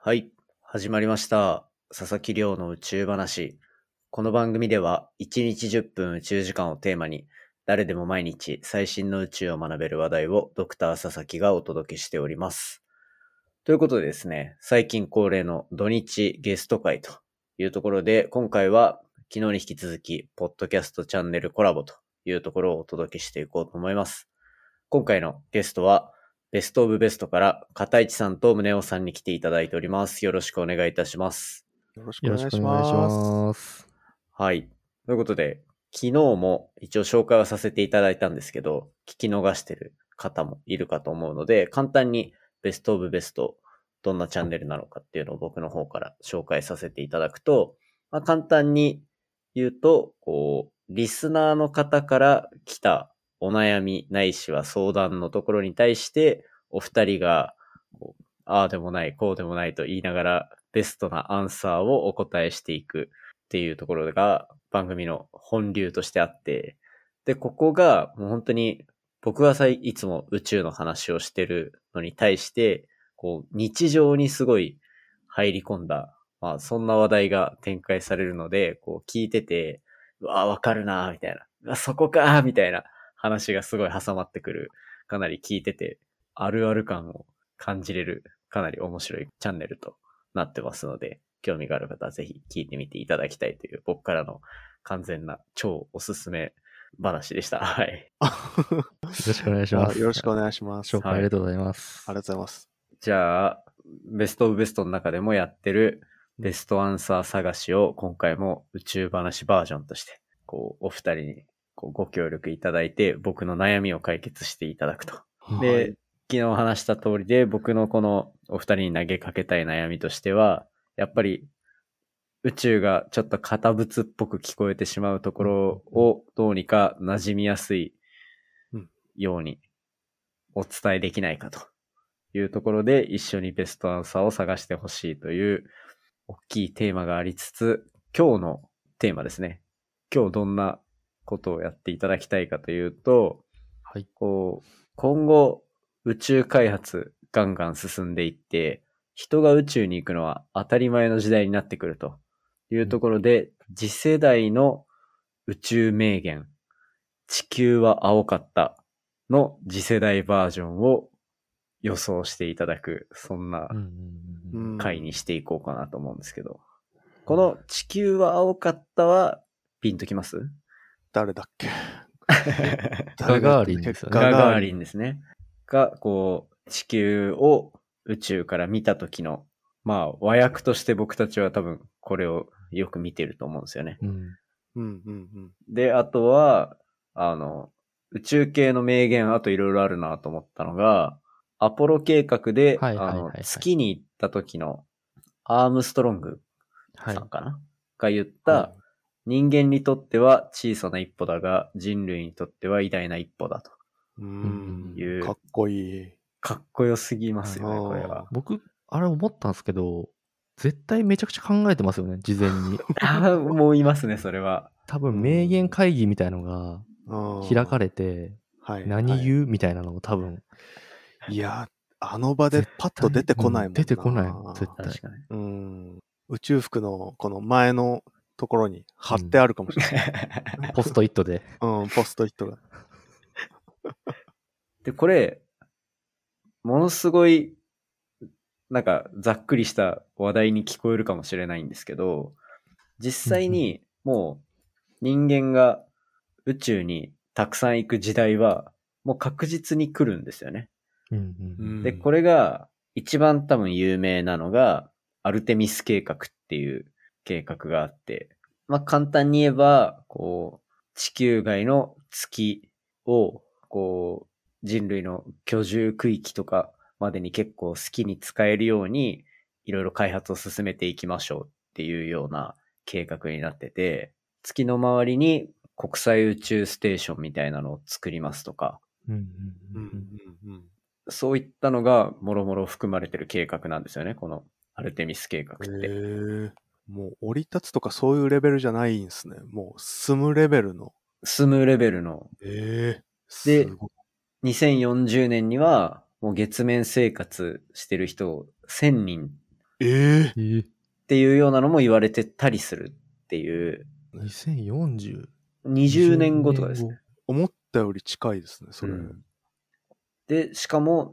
はい、始まりました。佐々木亮の宇宙話。この番組では1日10分宇宙時間をテーマに誰でも毎日最新の宇宙を学べる話題をドクター佐々木がお届けしております。ということでですね、最近恒例の土日ゲスト会というところで、今回は昨日に引き続きポッドキャストチャンネルコラボというところをお届けしていこうと思います。今回のゲストはベストオブベストから片市さんと宗男さんに来ていただいております。よろしくお願いいたします。 よろしくお願いします。 はい。ということで、昨日も一応紹介はさせていただいたんですけど、聞き逃してる方もいるかと思うので、簡単にベストオブベスト、どんなチャンネルなのかっていうのを僕の方から紹介させていただくと、簡単に言うと、リスナーの方から来たお悩みないしは相談のところに対して、お二人が、ああでもない、こうでもないと言いながら、ベストなアンサーをお答えしていくっていうところが番組の本流としてあって、で、ここがもう本当に僕はいつも宇宙の話をしてるのに対して、日常にすごい入り込んだ、そんな話題が展開されるので、聞いてて、うわわかるなみたいな。うわそこかみたいな話がすごい挟まってくる。かなり聞いてて、あるある感を感じれる、かなり面白いチャンネルとなってますので、興味がある方はぜひ聞いてみていただきたいという僕からの完全な超おすすめ話でした。はい。 よろしくお願いします。 よろしくお願いします。 紹介ありがとうございます。 ありがとうございます。 じゃあ、ベストオブベストの中でもやってるベストアンサー探しを今回も宇宙話バージョンとして、お二人にご協力いただいて僕の悩みを解決していただくと。で、 はい、 昨日話した通りで僕のこのお二人に投げかけたい悩みとしては、やっぱり宇宙がちょっと堅物っぽく聞こえてしまうところをどうにか馴染みやすいようにお伝えできないかというところで一緒にベストアンサーを探してほしいという大きいテーマがありつつ、今日のテーマですね。今日どんなことをやっていただきたいかというと、 はい。 今後宇宙開発ガンガン進んでいって、人が宇宙に行くのは当たり前の時代になってくるというところで、次世代の宇宙名言、地球は青かったの次世代バージョンを予想していただく、そんな回にしていこうかなと思うんですけど、この地球は青かったはピンときます？ 誰だっけ？ ガガーリンですよね。 ガガーリンですね。が、地球を宇宙から見た時の、和訳として僕たちは多分これをよく見てると思うんですよね。で、あとは、宇宙系の名言、あといろいろあるなと思ったのが、アポロ計画で、月に行った時のアームストロングさんかな、が言った、人間にとっては小さな一歩だが、人類にとっては偉大な一歩だという。 かっこいい。 かっこよすぎますよね、これは。 僕、あれ思ったんですけど、絶対めちゃくちゃ考えてますよね、事前に。 もういますね、それは。 多分、名言会議みたいのが開かれて、何言うみたいなのを多分。 いや、あの場でパッと出てこないもんな。 出てこない、絶対。 確かに。 宇宙服のこの前のところに貼ってあるかもしれない。 ポストイットで。 ポストイットが。 で、これ、ものすごい、なんか、ざっくりした話題に聞こえるかもしれないんですけど、実際にもう人間が宇宙にたくさん行く時代は、もう確実に来るんですよね。で、これが一番多分有名なのが、アルテミス計画っていう計画があって、簡単に言えば、地球外の月を、人類の居住区域とかまでに結構好きに使えるように、いろいろ開発を進めていきましょうっていうような計画になってて、月の周りに国際宇宙ステーションみたいなのを作りますとか、そういったのがもろもろ含まれてる計画なんですよね、このアルテミス計画って。 もう降り立つとかそういうレベルじゃないんですね。もう住むレベルの。 で、2040年にはもう月面生活してる人を1000人っていうようなのも言われてたりするっていう。 2040? 20年後とかですね。 思ったより近いですね、それ。 で、しかも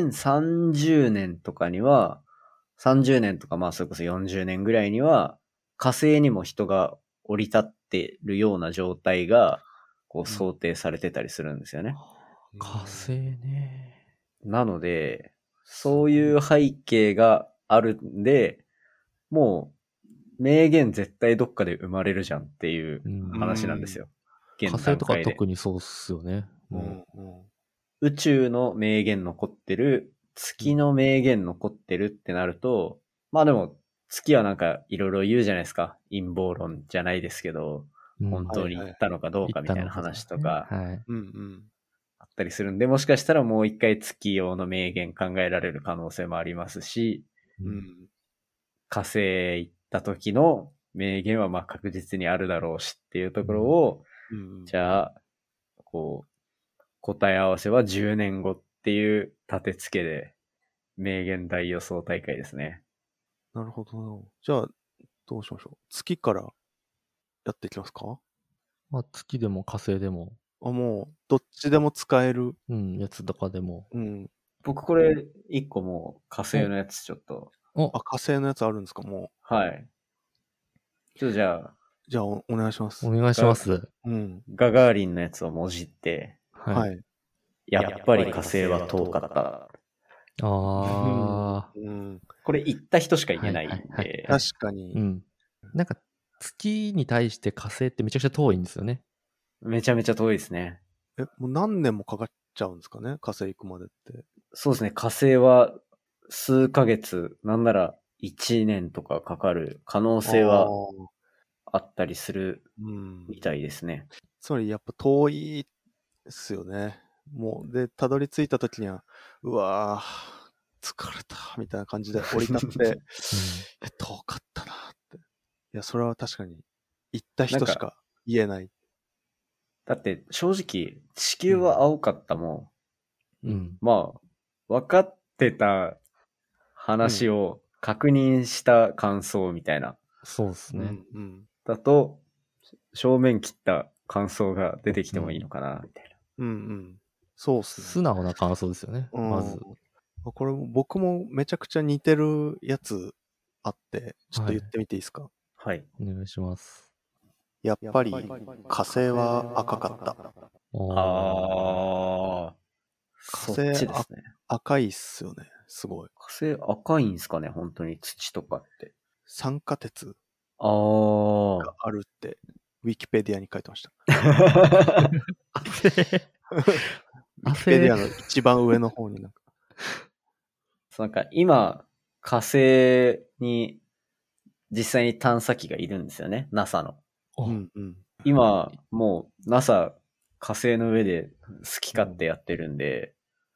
2030年とかには、30年とかまあそれこそ40年ぐらいには、火星にも人が降り立ってるような状態が、こう想定されてたりするんですよね。 火星ね。 なので、そういう背景があるんで、もう、名言絶対どっかで生まれるじゃんっていう話なんですよ。 火星とか特にそうっすよね。 宇宙の名言残ってる、月の名言残ってるってなると、まあでも、月はなんかいろいろ言うじゃないですか。陰謀論じゃないですけど、本当に行ったのかどうかみたいな話とか、あったりするんで、もしかしたらもう一回月用の名言考えられる可能性もありますし、火星行った時の名言はまあ確実にあるだろうしっていうところを、じゃあ、こう、答え合わせは10年後っていう立て付けで、名言大予想大会ですね。 なるほど。じゃあ、どうしましょう。月からやっていきますか？ まあ、月でも火星でも。 もう、どっちでも使える。 やつとかでも。 僕これ、一個もう火星のやつちょっと。 火星のやつあるんですか、もう。はい。じゃあお願いします。 お願いします。 ガガーリンのやつをもじって、 はい。 やっぱり火星は遠かった。これ言った人しか言えないんで。 確かに。 なんか、月に対して火星ってめちゃくちゃ遠いんですよね。 めちゃめちゃ遠いですね。 もう何年もかかっちゃうんですかね、火星行くまでって。 そうですね、火星は数ヶ月、なんなら1年とかかかる可能性はあったりするみたいですね。 つまりやっぱ遠いですよね。もう、で、たどり着いた時には、うわー、疲れた、みたいな感じで降り立って、遠かったなって。いや、それは確かに、行った人しか言えない。 だって正直、地球は青かったもまあ、分かってた話を確認した感想みたいな。 そうですね。 だと、正面切った感想が出てきてもいいのかな、みたいな。 そうっすね。 素直な感想ですよね、まず。 これ僕もめちゃくちゃ似てるやつあって、ちょっと言ってみていいですか？ はい。 お願いします。 やっぱり火星は赤かった。 火星ですね。 赤いっすよね。すごい。 火星赤いんすかね、本当に土とかって。 酸化鉄があるって、ウィキペディアに書いてました。ウィキペディアの一番上の方になんか今、火星に実際に探査機がいるんですよね、NASA の。今、もう NASA 火星の上で好き勝手やってるんで、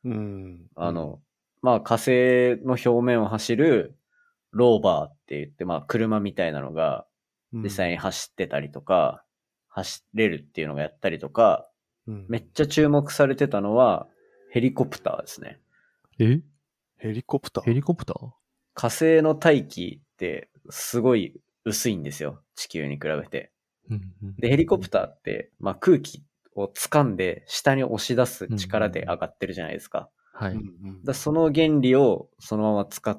まあ火星の表面を走るローバーって言って、まあ車みたいなのが実際に走ってたりとか、走れるっていうのがやったりとか、めっちゃ注目されてたのはヘリコプターですね。 ヘリコプター？ ヘリコプター？ 火星の大気ってすごい薄いんですよ。地球に比べて。で、ヘリコプターって、まあ空気を掴んで下に押し出す力で上がってるじゃないですか。その原理をそのまま使って、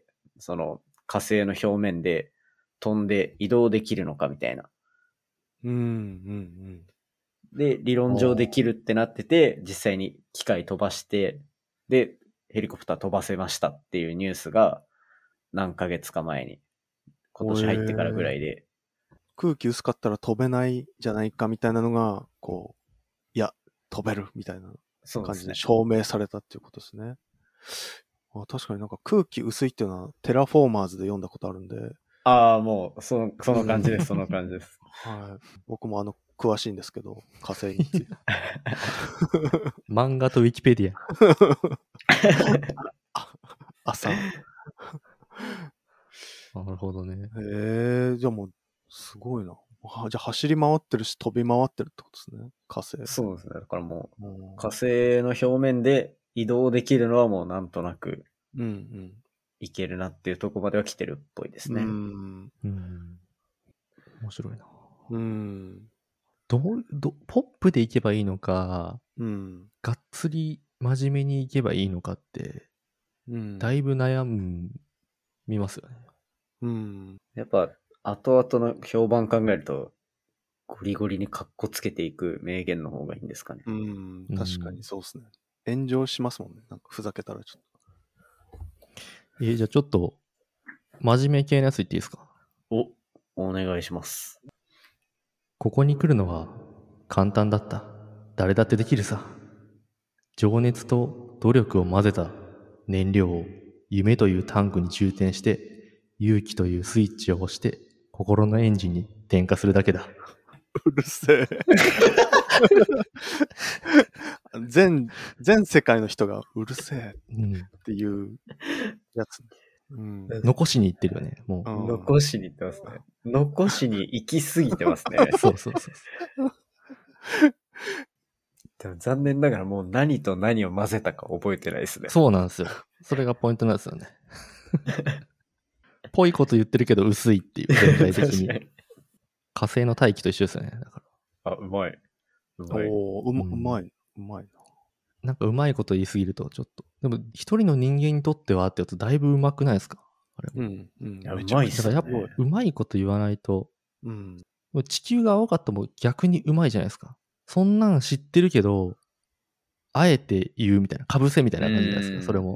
その火星の表面で飛んで移動できるのかみたいな。で、理論上できるってなってて、実際に機械飛ばして、で、ヘリコプター飛ばせましたっていうニュースが何ヶ月か前に、今年入ってからぐらいで。 空気薄かったら飛べないじゃないかみたいなのが、こう、いや、飛べるみたいな感じで証明されたっていうことですね。確かになんか空気薄いっていうのはテラフォーマーズで読んだことあるんで。 もう、その感じです、その感じです。 はい。僕も詳しいんですけど、火星について。 漫画とウィキペディア。朝。 なるほどね。 じゃあもう、すごいな。じゃあ走り回ってるし、飛び回ってるってことですね。火星。 そうですね。だからもう、火星の表面で移動できるのはもうなんとなく、 いけるなっていうところまでは来てるっぽいですね。 面白いな。ポップでいけばいいのか、がっつり真面目にいけばいいのかって、だいぶ悩みますよね。 やっぱ、後々の評判考えると、ゴリゴリにカッコつけていく名言の方がいいんですかね。 確かにそうですね。炎上しますもんね。なんかふざけたらちょっと。 じゃあちょっと、真面目系のやつ言っていいですか？ お願いします。 ここに来るのは簡単だった。誰だってできるさ。情熱と努力を混ぜた燃料を夢というタンクに充填して、勇気というスイッチを押して、心のエンジンに点火するだけだ。 うるせえ。全世界の人がうるせえっていうやつ。 残しに行ってるよね、もう。 残しに行ってますね。残しに行き過ぎてますね。 そう。 でも残念ながらもう何と何を混ぜたか覚えてないですね。 そうなんですよ。それがポイントなんですよね。ぽいこと言ってるけど薄いっていう、全体的に。火星の大気と一緒ですよね。だから。 うまい。 うまいな。 なんかうまいこと言いすぎるとちょっと。でも一人の人間にとってはってやつだいぶうまくないですか？あれも。 うまいっすね。 だからやっぱうまいこと言わないと、地球が青かったも逆にうまいじゃないですか。そんなん知ってるけど、あえて言うみたいな、かぶせみたいな感じじゃないですか、それも。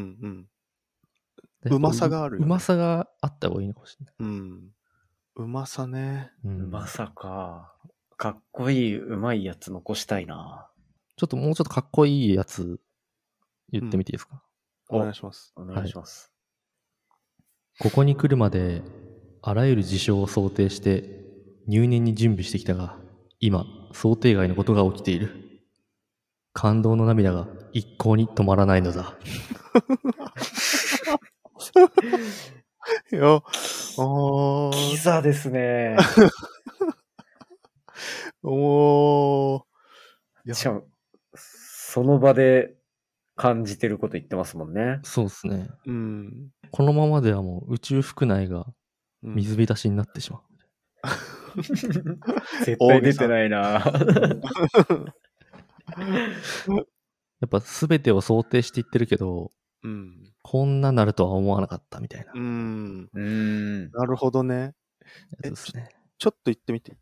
うまさがあるよね。 うまさがあった方がいいのかもしれない。 うまさね。 うまさか。かっこいい、うまいやつ残したいな。 ちょっともうちょっとかっこいいやつ言ってみていいですか？ お願いします。 お願いします。 ここに来るまで、あらゆる事象を想定して入念に準備してきたが、今、想定外のことが起きている。感動の涙が一向に止まらないのだ。 いや、 キザですね。しかも、その場で感じてること言ってますもんね。 そうですね。このままではもう宇宙服内が水浸しになってしまう。 絶対出てないな。 やっぱ全てを想定していってるけど、こんななるとは思わなかったみたいな。 なるほどね。 やつですね。 ちょっと言ってみて。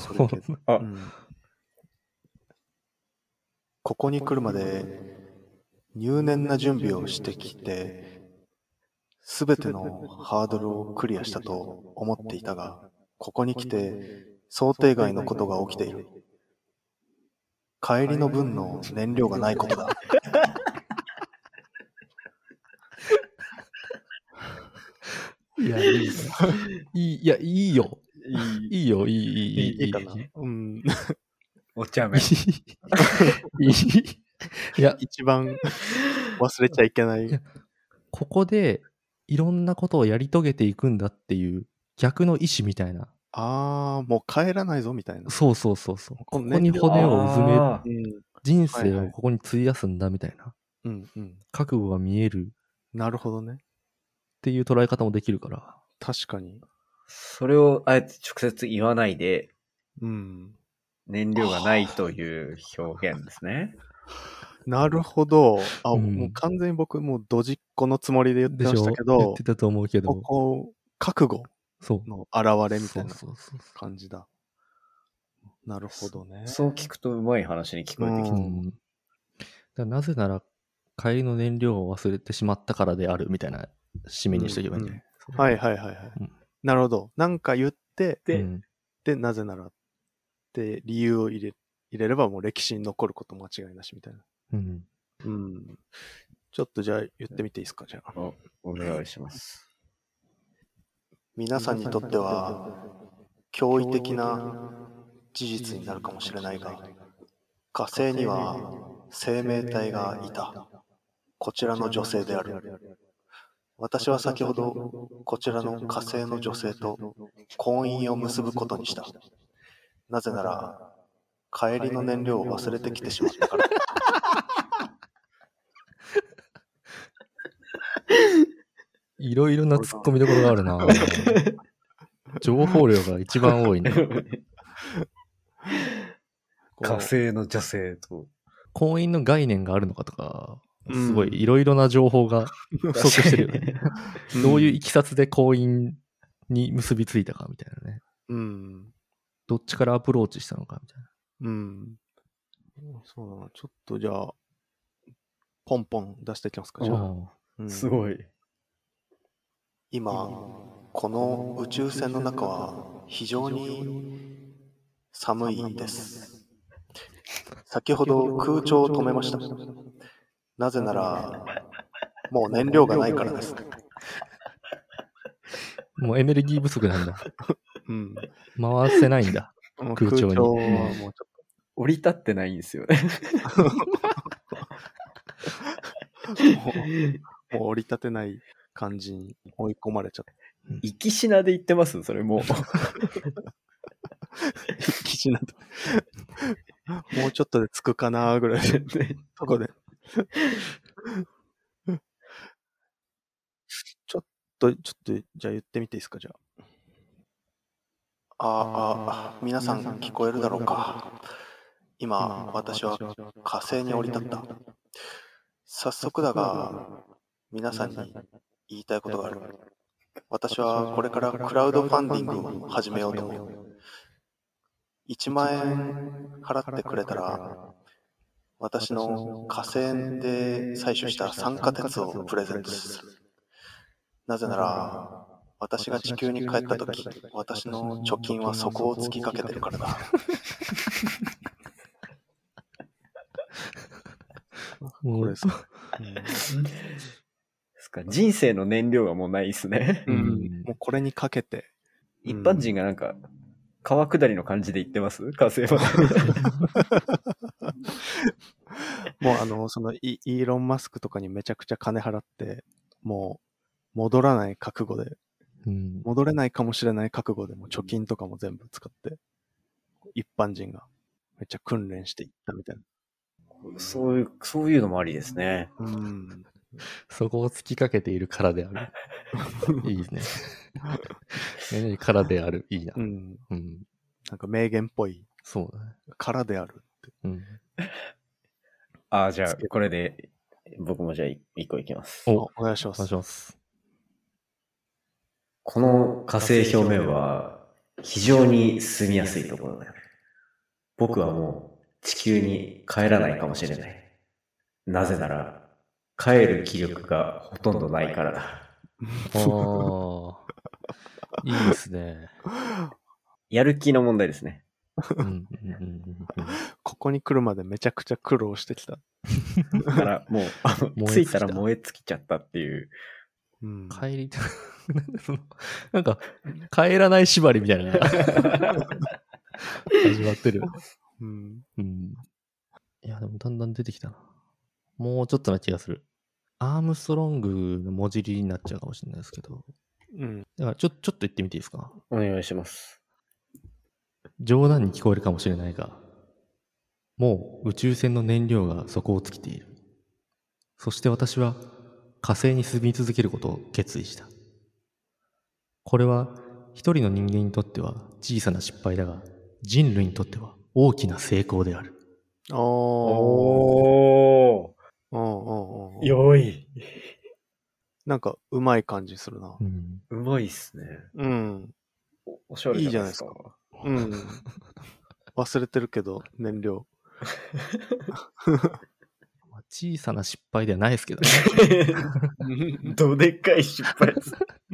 ここに来るまで入念な準備をしてきて、すべてのハードルをクリアしたと思っていたが、ここに来て想定外のことが起きている。帰りの分の燃料がないことだ。 いや、いいよ。いいよ、いいかな。 お茶目。 いや、 一番忘れちゃいけない。 ここでいろんなことをやり遂げていくんだっていう逆の意志みたいな。 もう帰らないぞみたいな。 そう。ここに骨をうずめ、人生をここに費やすんだみたいな。覚悟が見える。 なるほどね。 っていう捉え方もできるから。 確かに。 それをあえて直接言わないで、燃料がないという表現ですね。 なるほど。もう完全に僕もうドジっ子のつもりで言ってましたけど、 言ってたと思うけど、 こう覚悟の表れみたいな感じだ。なるほどね。 そう聞くとうまい話に聞こえてきた。 なぜなら帰りの燃料を忘れてしまったからであるみたいな締めにしとけばいいんじゃない？ はい。なるほど。なんか言って、で、なぜならって理由を入れればもう歴史に残ること間違いなしみたいな。ちょっとじゃあ言ってみていいですか、じゃあ。 お願いします。 皆さんにとっては驚異的な事実になるかもしれないが、火星には生命体がいた。こちらの女性である。私は先ほどこちらの火星の女性と婚姻を結ぶことにした。なぜなら帰りの燃料を忘れてきてしまったから。 いろいろな突っ込みどころがあるな。情報量が一番多いね。 火星の女性と。 婚姻の概念があるのかとか、 うんすごいいろいろな情報が不足してるよね。どういういきさつで婚姻に結びついたかみたいなね。 うん。 どっちからアプローチしたのかみたいな。 うん。そうだな。ちょっとじゃあ、ポンポン出していきますか、じゃあ。 あうんすごい。 今、この宇宙船の中は非常に寒いです。先ほど空調を止めました。なぜなら、もう燃料がないからです。 もうエネルギー不足なんだ。 うん。 回せないんだ。 もう空調にはもうちょっ降り立ってないんですよね。 と、もう降り立てない感じに追い込まれちゃった。 行きしなで言ってますそれもう。 生地なんてもうちょっとで着くかなぐらいのとこで。ちょっと、じゃあ言ってみていいですか、じゃあ。皆さん聞こえるだろうか。今、私は火星に降り立った。早速だが、皆さんに言いたいことがある。私はこれからクラウドファンディングを始めようと思う。1万円払ってくれたら、私の火星で採取した酸化鉄をプレゼントする。なぜなら、私が地球に帰ったとき、私の貯金は底を突きかけてるからだ。 もうですか。 ですか人生の燃料がもうないですね。 もうこれにかけて。 一般人がなんか、川下りの感じで言ってます火星まで。 もうそのイーロン・マスクとかにめちゃくちゃ金払って、もう戻らない覚悟で、 うん、 戻れないかもしれない覚悟でもう貯金とかも全部使って、一般人がめっちゃ訓練していったみたいな。 そういうのもありですね。 そこを突きかけているからである。いいですね。からである。いいな。 なんか名言っぽい。 そうだね。 からであるって。 じゃあ、これで、僕もじゃあ一個いきます。 お願いします。 お願いします。 この火星表面は、非常に住みやすいところだよ。僕はもう、地球に帰らないかもしれない。なぜなら、帰る気力がほとんどないからだ。 いいですね。 やる気の問題ですね。 ここに来るまでめちゃくちゃ苦労してきた。 だからもう、着いたら燃え尽きちゃったっていう。 帰り、なんか、帰らない縛りみたいなのが始まってる。いや、でもだんだん出てきたな。もうちょっとな気がする。アームストロングの文字入りになっちゃうかもしれないですけど。だからちょっと言ってみていいですか？ お願いします。 冗談に聞こえるかもしれないが、もう宇宙船の燃料が底を尽きている。そして私は火星に住み続けることを決意した。これは一人の人間にとっては小さな失敗だが、人類にとっては大きな成功である。 良い。 なんかうまい感じするな。 うまいっすね。おしゃれいいじゃないですか。忘れてるけど、燃料。 小さな失敗ではないですけどね。 どでかい失敗です。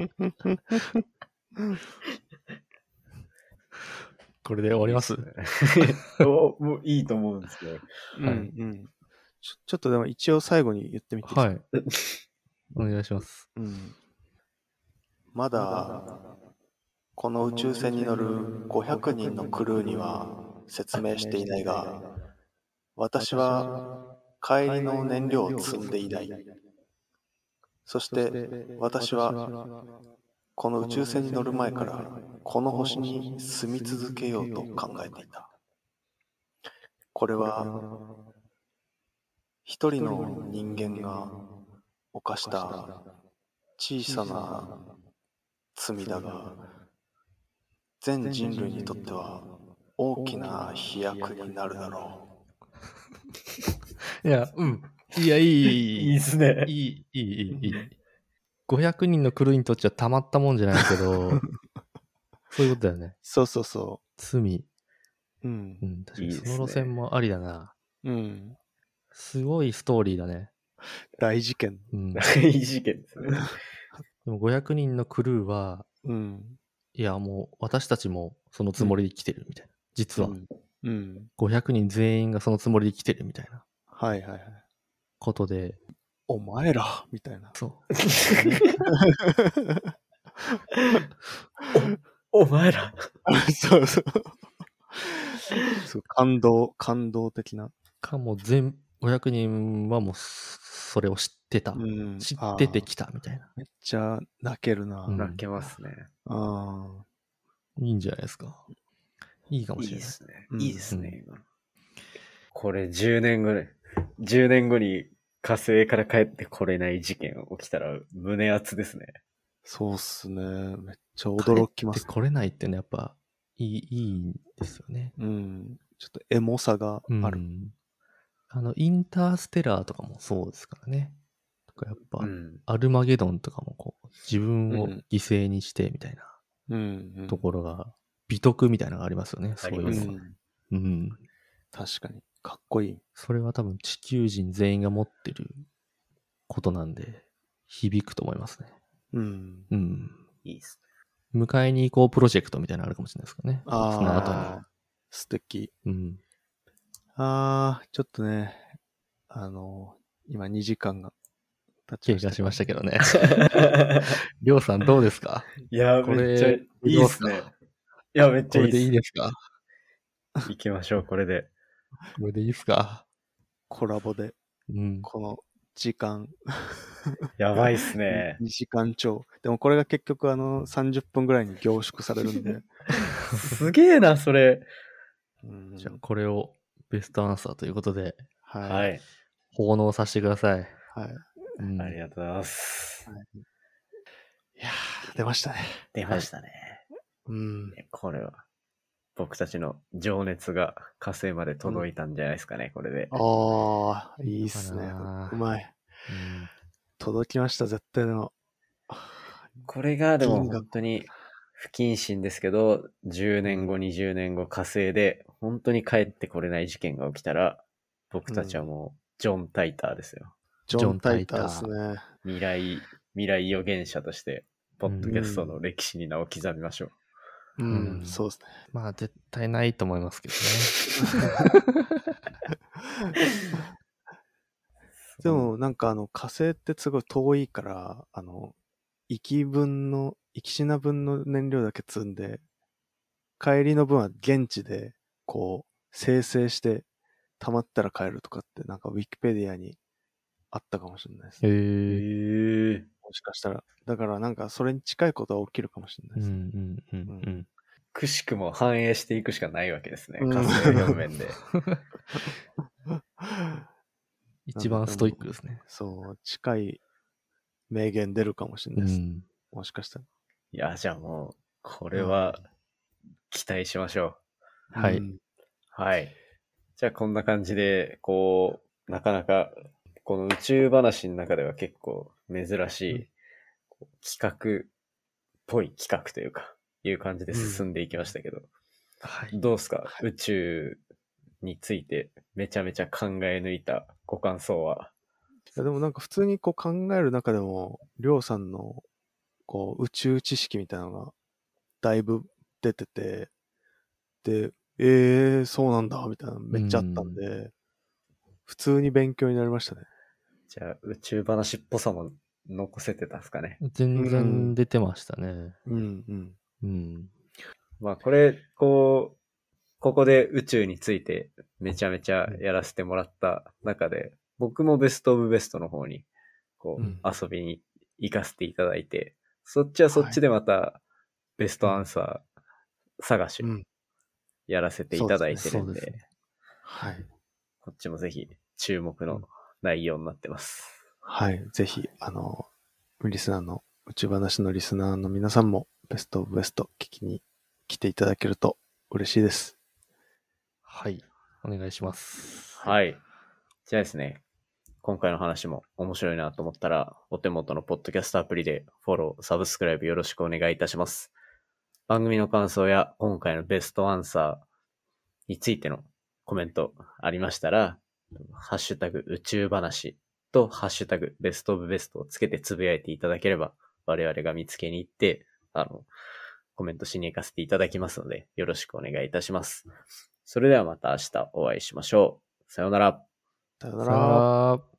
これで終わります？ もういいと思うんですけど。 ちょっとでも一応最後に言ってみていいですか？ はい。お願いします。 まだ、この宇宙船に乗る500人のクルーには説明していないが、私は帰りの燃料を積んでいない。そして私はこの宇宙船に乗る前からこの星に住み続けようと考えていた。これは一人の人間が犯した小さな罪だが、全人類にとっては大きな飛躍になるだろいや、いや、いい。 いいっすね。 いい。500人のクルーにとっちゃたまったもんじゃないけど、そういうことだよね。 う。そうそうそ罪。 う。うん。 確かにいいですねその路線もありだな。 うん。 すごいストーリーだね。 大事件。 いい事件ですね。 でも500人のクルーは、 うん。 いや、もう私たちもそのつもりで来てるみたいな。実は、 うん。 500人全員がそのつもりで来てるみたいなはいはいはい。 ことで、 お前らみたいな。 そう。 お前ら。 そうそう。そう感動的な。 かも500人はもうそれを知ってた。 うん。 知っててきたみたいな。 めっちゃ泣けるな。 うん泣けますね。 いいんじゃないですか。いいかもいしれない。 いですね。 うんいいですね、今。これ10年後に火星から帰ってこれない事件起きたら胸熱ですね。 そうっすね。めっちゃ驚きます。 帰ってこれないってね、やっぱいいんですよね。 うん。ちょっとエモさがある。 インターステラーとかもそうですからね。とかやっぱ、 うん。 アルマゲドンとかもこう、自分を犠牲にしてみたいなうん。 ところが、美徳みたいなのがありますよね。そういうのがありますね確かに。かっこいい。 それは多分地球人全員が持ってることなんで、響くと思いますね。 いいです迎えに行こうプロジェクトみたいなのあるかもしれないですかね。その後に。 素敵。 うん。 ちょっとね、今2時間が経ち経ましたけど。 過しましたけどね。 ね。 りょうさんどうですか？ いや、 これめっちゃいいですね。いや、めっちゃいいこれでいいですか？ 行きましょう、これで。 これでいいですか？ コラボで、 うん。 この時間、 やばいっすね。 2時間超。でもこれが結局30分ぐらいに凝縮されるんで。 すげえな、それ。 じゃあこれをベストアンサーということで、 は。 はいい。 奉納させてください。 はい。 うんありがとうございます。 いやー、出ましたね。 出ましたね。これは、僕たちの情熱が火星まで届いたんじゃないですかね、これで。 いいっすねかな。 うまい。 うん届きました、絶対の。 これがでも銀河本当に不謹慎ですけど、10年後、20年後火星で本当に帰ってこれない事件が起きたら、僕たちはもうジョン・タイターですよ。 ジョン・タイターですね。 未来予言者として、ポッドキャストの歴史に名を刻みましょう。 そうですね。 まあ絶対ないと思いますけどでもなんか火星ってすごい遠いから、行きしな分の燃料だけ積んで、帰りの分は現地でこう生成して溜まったら帰るとかってなんかウィキペディアにあったかもしれないですね。 へえ。 もしかしたら。だからなんかそれに近いことは起きるかもしれないですね。 くしくも反映していくしかないわけですね。 うん火星表面で。 一番ストイックですね。 そう、近い名言出るかもしれないです。もしかしたら。 いや、じゃあもう、これは期待しましょう。 はい。 はい。じゃあこんな感じで、こう、なかなか、この宇宙話の中では結構珍しい、企画っぽい企画というか、いう感じで進んでいきましたけど、どうですか、宇宙についてめちゃめちゃ考え抜いたご感想は。 いやでもなんか普通にこう考える中でも、りょうさんのこう宇宙知識みたいなのがだいぶ出てて、で、そうなんだ、みたいなのめっちゃあったんで、普通に勉強になりましたね。 じゃあ宇宙話っぽさも残せてたんですかね。 全然出てましたね。 まあこれ、ここで宇宙についてめちゃめちゃやらせてもらった中で、僕もベストオブベストの方にこう遊びに行かせていただいて、そっちはそっちでまたベストアンサー探しをやらせていただいてるんで、 はい。 こっちもぜひ注目の内容になってます。 はい。ぜひ、リスナーの宇宙話のリスナーの皆さんもベストオブベスト聞きに来ていただけると嬉しいです。 はい。お願いします。 はい。じゃあですね、今回の話も面白いなと思ったら、お手元のポッドキャストアプリでフォロー、サブスクライブよろしくお願いいたします。番組の感想や今回のベストアンサーについてのコメントありましたら、ハッシュタグ宇宙話とハッシュタグベストオブベストをつけてつぶやいていただければ、我々が見つけに行って、コメントしに行かせていただきますので、よろしくお願いいたします。それではまた明日お会いしましょう。さようなら。 さよなさよなら。 ら。